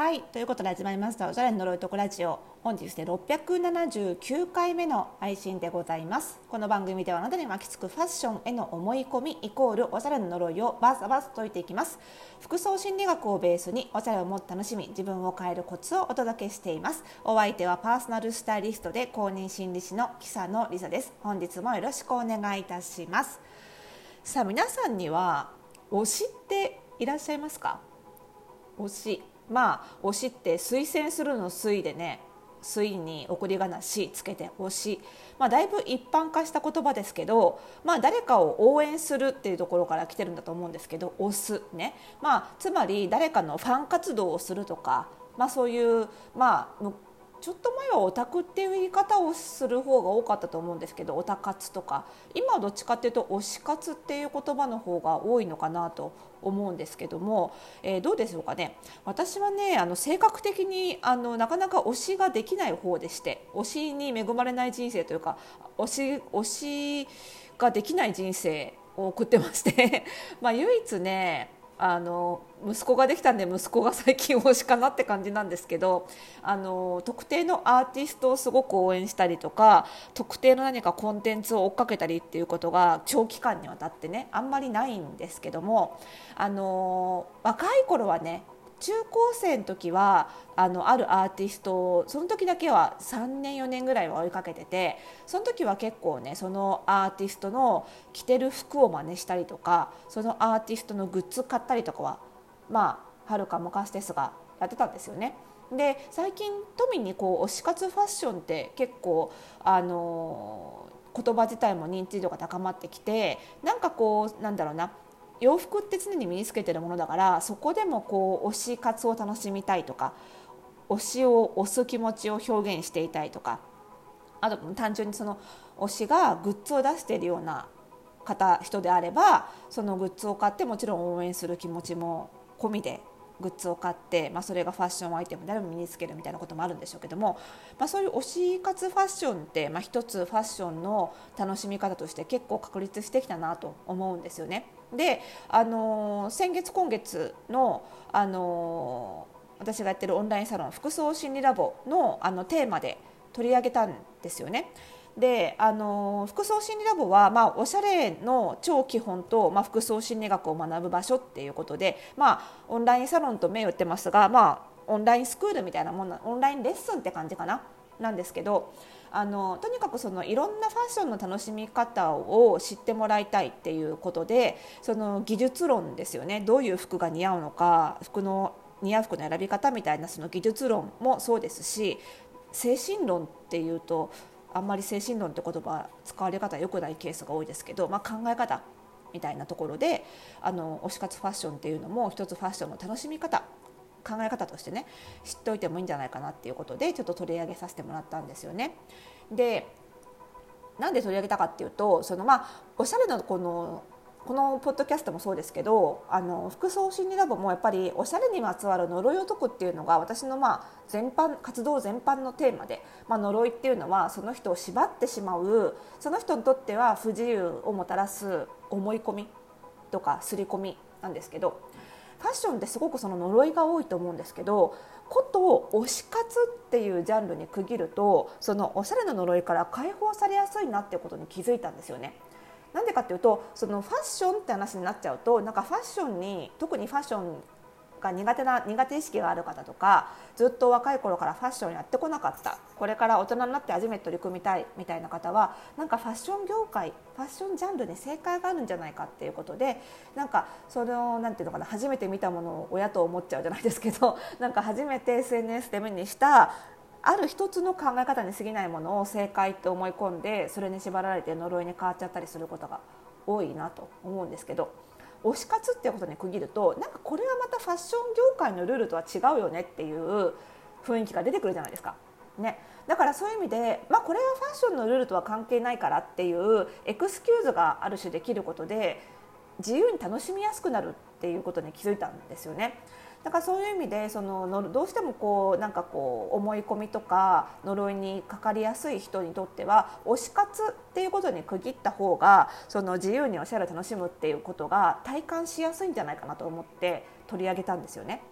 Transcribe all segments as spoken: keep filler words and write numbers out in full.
はい、ということで始まりましたおしゃれの呪いとこラジオ。本日でろっぴゃくななじゅうきゅうかいめの配信でございます。この番組ではあなたに巻きつくファッションへの思い込みイコールおしゃれの呪いをバーサバーサ解いていきます。服装心理学をベースにおしゃれをもっと楽しみ、自分を変えるコツをお届けしています。お相手はパーソナルスタイリストで公認心理師の木佐野理沙です。本日もよろしくお願いいたします。さあ、皆さんには推しっていらっしゃいますか？推し、まあ推しって推薦するの推でね、推に送り仮名しつけて推し、まあ、だいぶ一般化した言葉ですけど、まあ、誰かを応援するっていうところから来てるんだと思うんですけど、推すね、まあ、つまり誰かのファン活動をするとか、まあ、そういう、まあちょっと前はオタクっていう言い方をする方が多かったと思うんですけど、オタ活とか、今はどっちかっていうと推し活っていう言葉の方が多いのかなと思うんですけども、えー、どうでしょうかね。私はね、あの性格的にあのなかなか推しができない方でして、推しに恵まれない人生というか、推し、推しができない人生を送ってましてまあ唯一ね、あの息子ができたんで息子が最近推しかなって感じなんですけど、あの特定のアーティストをすごく応援したりとか、特定の何かコンテンツを追っかけたりっていうことが長期間にわたってね、あんまりないんですけども、あの若い頃はね、中高生の時はあのあるアーティストをその時だけはさんねんよねんぐらいは追いかけてて、その時は結構ね、そのアーティストの着てる服を真似したりとか、そのアーティストのグッズ買ったりとかはまあはるか昔ですがやってたんですよね。で最近富にこう推し活ファッションって結構あの言葉自体も認知度が高まってきて、なんかこうなんだろうな、洋服って常に身につけてるものだから、そこでもこう推し活を楽しみたいとか、推しを推す気持ちを表現していたいとか、あと単純にその推しがグッズを出しているような方人であれば、そのグッズを買ってもちろん応援する気持ちも込みでグッズを買って、まあ、それがファッションアイテムであれば身につけるみたいなこともあるんでしょうけども、まあ、そういう推し活ファッションって、まあ、一つファッションの楽しみ方として結構確立してきたなと思うんですよね。で、あのー、先月今月の、あのー、私がやってるオンラインサロン服装心理ラボ の, あのテーマで取り上げたんですよね。であの服装心理ラボは、まあ、おしゃれの超基本と、まあ、服装心理学を学ぶ場所っていうことで、まあ、オンラインサロンと銘打ってますが、まあ、オンラインスクールみたいなもんな、オンラインレッスンって感じかななんですけど、あのとにかくそのいろんなファッションの楽しみ方を知ってもらいたいっていうことで、その技術論ですよね。どういう服が似合うのか、服の似合う服の選び方みたいなその技術論もそうですし、精神論っていうとあんまり精神論って言葉使われ方良くないケースが多いですけど、まあ、考え方みたいなところで、あの推し活ファッションっていうのも一つファッションの楽しみ方、考え方としてね、知っておいてもいいんじゃないかなっていうことでちょっと取り上げさせてもらったんですよね。でなんで取り上げたかっていうと、そのまあおしゃれのこのこのポッドキャストもそうですけど、あの服装心理ラボもやっぱりおしゃれにまつわる呪いを解くっていうのが私のまあ全般活動全般のテーマで、まあ、呪いっていうのはその人を縛ってしまう、その人にとっては不自由をもたらす思い込みとか刷り込みなんですけど、ファッションってすごくその呪いが多いと思うんですけど、こと推し活っていうジャンルに区切ると、そのおしゃれの呪いから解放されやすいなっていうことに気づいたんですよね。なんでかっていうと、そのファッションって話になっちゃうと、なんかファッションに特にファッションが苦手な苦手意識がある方とか、ずっと若い頃からファッションやってこなかった、これから大人になって初めて取り組みたいみたいな方は、なんかファッション業界、ファッションジャンルに正解があるんじゃないかっていうことで、なんかそのなんていうのかな、初めて見たものを親と思っちゃうじゃないですけど、なんか初めて エスエヌエス で目にしたある一つの考え方に過ぎないものを正解って思い込んで、それに縛られて呪いに変わっちゃったりすることが多いなと思うんですけど、推し活っていうことに区切ると、なんかこれはまたファッション業界のルールとは違うよねっていう雰囲気が出てくるじゃないですか、ね、だからそういう意味で、まあ、これはファッションのルールとは関係ないからっていうエクスキューズがある種できることで、自由に楽しみやすくなるっていうことに気づいたんですよね。だからそういう意味で、そのどうしてもこうなんかこう思い込みとか呪いにかかりやすい人にとっては、推し活っていうことに区切った方が、その自由におしゃれを楽しむっていうことが体感しやすいんじゃないかなと思って取り上げたんですよね。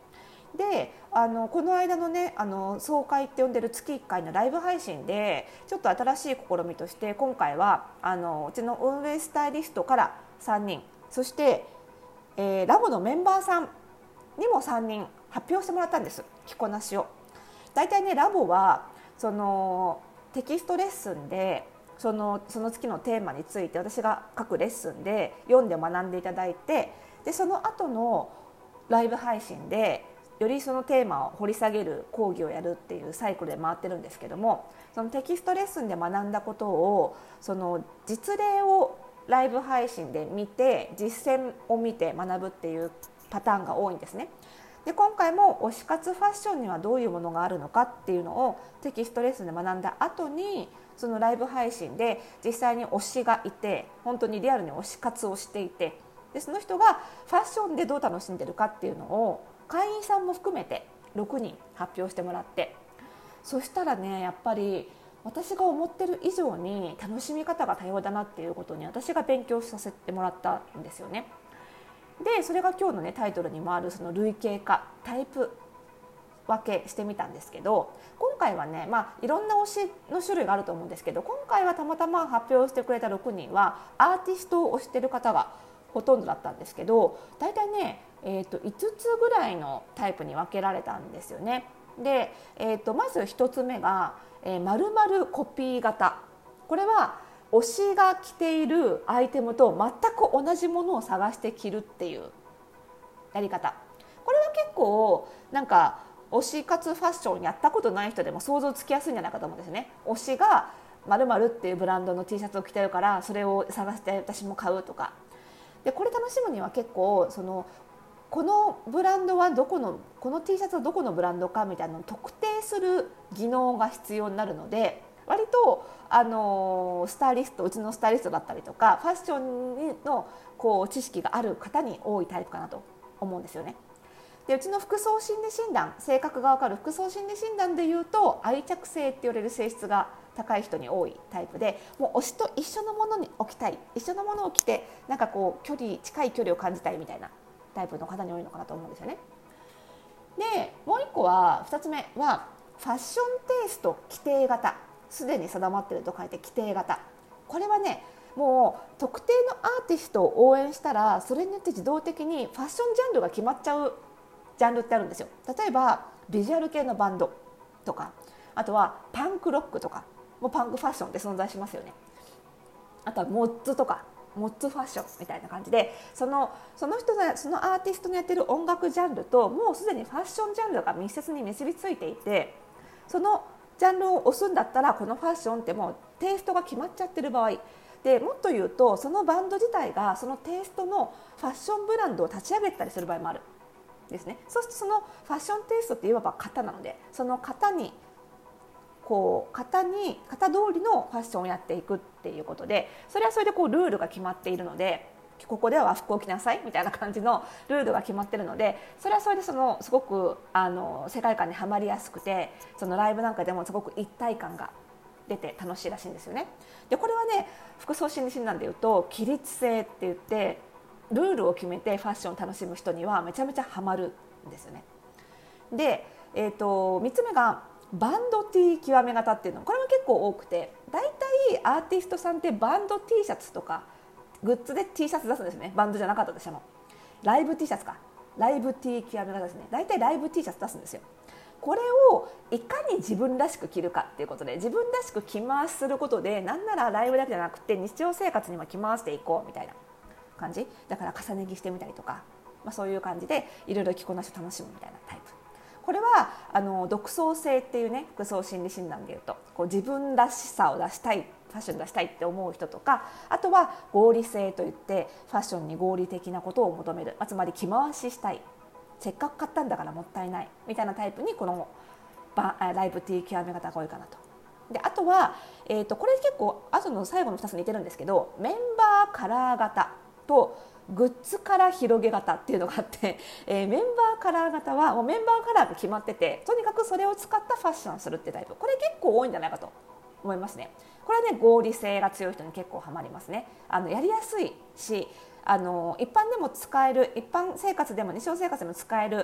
であのこの間のねあの総会って呼んでる月いっかいのライブ配信でちょっと新しい試みとして今回はあのうちの運営スタイリストからさんにん、そして、えー、ラボのメンバーさんにもさんにん発表してもらったんです、着こなしを。だいたいねラボはそのテキストレッスンでその、その月のテーマについて私が書くレッスンで読んで学んでいただいて、でその後のライブ配信でよりそのテーマを掘り下げる講義をやるっていうサイクルで回ってるんですけども、そのテキストレッスンで学んだことをその実例をライブ配信で見て実践を見て学ぶっていうパターンが多いんですね。で今回も推し活ファッションにはどういうものがあるのかっていうのをテキストレッスンで学んだ後にそのライブ配信で実際に推しがいて本当にリアルに推し活をしていて、でその人がファッションでどう楽しんでるかっていうのを会員さんも含めてろくにん発表してもらって、そしたらねやっぱり私が思ってる以上に楽しみ方が多様だなっていうことに私が勉強させてもらったんですよね。でそれが今日の、ね、タイトルにもあるその類型化タイプ分けしてみたんですけど、今回はね、まあ、いろんな推しの種類があると思うんですけど、今回はたまたま発表してくれたろくにんはアーティストを推してる方がほとんどだったんですけど、だいたいね、えー、といつつぐらいのタイプに分けられたんですよね。で、えー、とまずひとつめが、えー、〇〇コピー型。これは推しが着ているアイテムと全く同じものを探して着るっていうやり方。これは結構なんか推し活ファッションやったことない人でも想像つきやすいんじゃないかと思うんですね。推しが〇〇っていうブランドの T シャツを着てるからそれを探して私も買うとかで、これ楽しむには結構そのこのブランドはどこのこの T シャツはどこのブランドかみたいなのを特定する技能が必要になるので、割とあのスタイリストうちのスタイリストだったりとかファッションのこう知識がある方に多いタイプかなと思うんですよね。でうちの服装心理診断、性格が分かる服装心理診断でいうと愛着性って言われる性質が高い人に多いタイプで、もう推しと一緒のものに置きたい、一緒のものを着てなんかこう距離近い距離を感じたいみたいなタイプの方に多いのかなと思うんですよね。でもう一個はふたつめはファッションテイスト規定型、すでに定まっていると書いて規定型。これはねもう特定のアーティストを応援したらそれによって自動的にファッションジャンルが決まっちゃうジャンルってあるんですよ。例えばビジュアル系のバンドとか、あとはパンクロックとか、もうパンクファッションって存在しますよね。あとはモッツとかモッツファッションみたいな感じで、そのその人がそのアーティストのやってる音楽ジャンルともうすでにファッションジャンルが密接に結びついていて、そのジャンルを押すんだったらこのファッションってもうテイストが決まっちゃってる場合で、もっと言うとそのバンド自体がそのテイストのファッションブランドを立ち上げたりする場合もあるですね。そうするとそのファッションテイストっていわば型なので、その型にこう型に型通りのファッションをやっていくっていうことで、それはそれでこうルールが決まっているので、ここでは和服を着なさいみたいな感じのルールが決まっているので、それはそれでそのすごくあの世界観にはまりやすくて、そのライブなんかでもすごく一体感が出て楽しいらしいんですよね。でこれはね服装心理診断でいうと規律性って言って、ルールを決めてファッションを楽しむ人にはめちゃめちゃハマるんですよね。で、えーと、みっつめがバンド T 極め型っていうの、これも結構多くて、だいたいアーティストさんってバンド T シャツとかグッズで T シャツ出すんですね。バンドじゃなかったとしてもライブ T シャツかライブ T 極め型ですね。だいたいライブ T シャツ出すんですよ。これをいかに自分らしく着るかっていうことで、自分らしく着回しすることで、なんならライブだけじゃなくて日常生活にも着回していこうみたいな感じだから、重ね着してみたりとか、まあ、そういう感じでいろいろ着こなしを楽しむみたいなタイプ。これはあの独創性っていうね、服装心理診断でいうとこう自分らしさを出したい、ファッション出したいって思う人とか、あとは合理性といってファッションに合理的なことを求める、つまり着回ししたい、せっかく買ったんだからもったいないみたいなタイプにこのライブ T 極め方が多いかなと。であとは、えー、とこれ結構あとの最後のふたつ似てるんですけど、メンバーカラー型とグッズカラー広げ型っていうのがあって、えー、メンバーカラー型はもうメンバーカラーが決まってて、とにかくそれを使ったファッションをするってタイプ。これ結構多いんじゃないかと思いますね。これはね合理性が強い人に結構ハマりますね。あのやりやすいし、あの一般でも使える、一般生活でも日常生活でも使える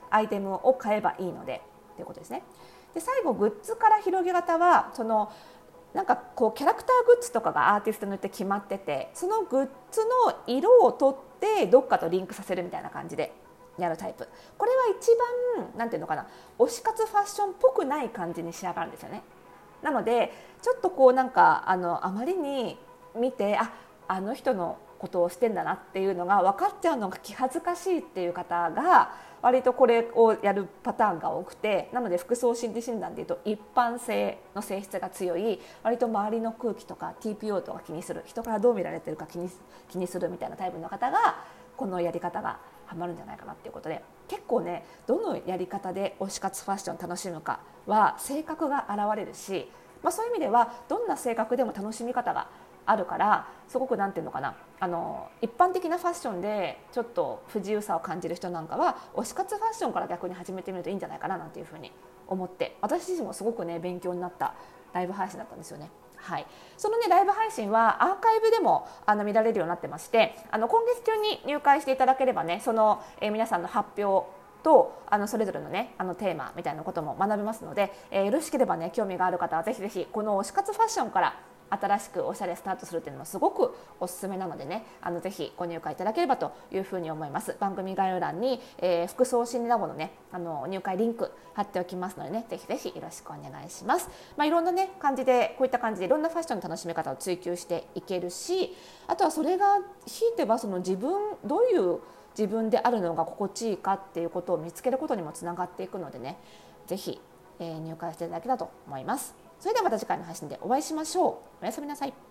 アイテムを買えばいいのでということですね。で最後グッズから広げ方はそのなんかこうキャラクターグッズとかがアーティストによって決まってて、そのグッズの色を取ってどっかとリンクさせるみたいな感じでやるタイプ。これは一番なんていうのかな、推し活ファッションっぽくない感じに仕上がるんですよね。なのでちょっとこうなんかあのあまりに見てああの人のことをしてんだなっていうのが分かっちゃうのが気恥ずかしいっていう方が割とこれをやるパターンが多くて、なので服装心理診断でいうと一般性の性質が強い、割と周りの空気とか ティーピーオー とか気にする、人からどう見られてるか気に、気にするみたいなタイプの方がこのやり方がハマるんじゃないかなっていうことで、結構ねどのやり方で推し活ファッションを楽しむかは性格が現れるし、まあ、そういう意味ではどんな性格でも楽しみ方があるから、すごくなんていうのかな、あの一般的なファッションでちょっと不自由さを感じる人なんかは推し活ファッションから逆に始めてみるといいんじゃないかななんていうふうに思って、私自身もすごくね勉強になったライブ配信だったんですよね。はい、そのねライブ配信はアーカイブでもあの見られるようになってまして、あの今月中に入会していただければね、その、えー、皆さんの発表とあのそれぞれのねあのテーマみたいなことも学べますので、えー、よろしければね興味がある方はぜひぜひこの推し活ファッションから新しくおしゃれスタートするっていうのもすごくおすすめなのでね、あのぜひご入会いただければというふうに思います。番組概要欄に、えー、服装心理ラボのねあの入会リンク貼っておきますのでね、ぜひぜひよろしくお願いします。まあ、いろんなね感じでこういった感じでいろんなファッションの楽しみ方を追求していけるし、あとはそれがひいてはその自分どういう自分であるのが心地いいかっていうことを見つけることにもつながっていくのでね、ぜひ、えー、入会していただけたらと思います。それではまた次回の配信でお会いしましょう。おやすみなさい。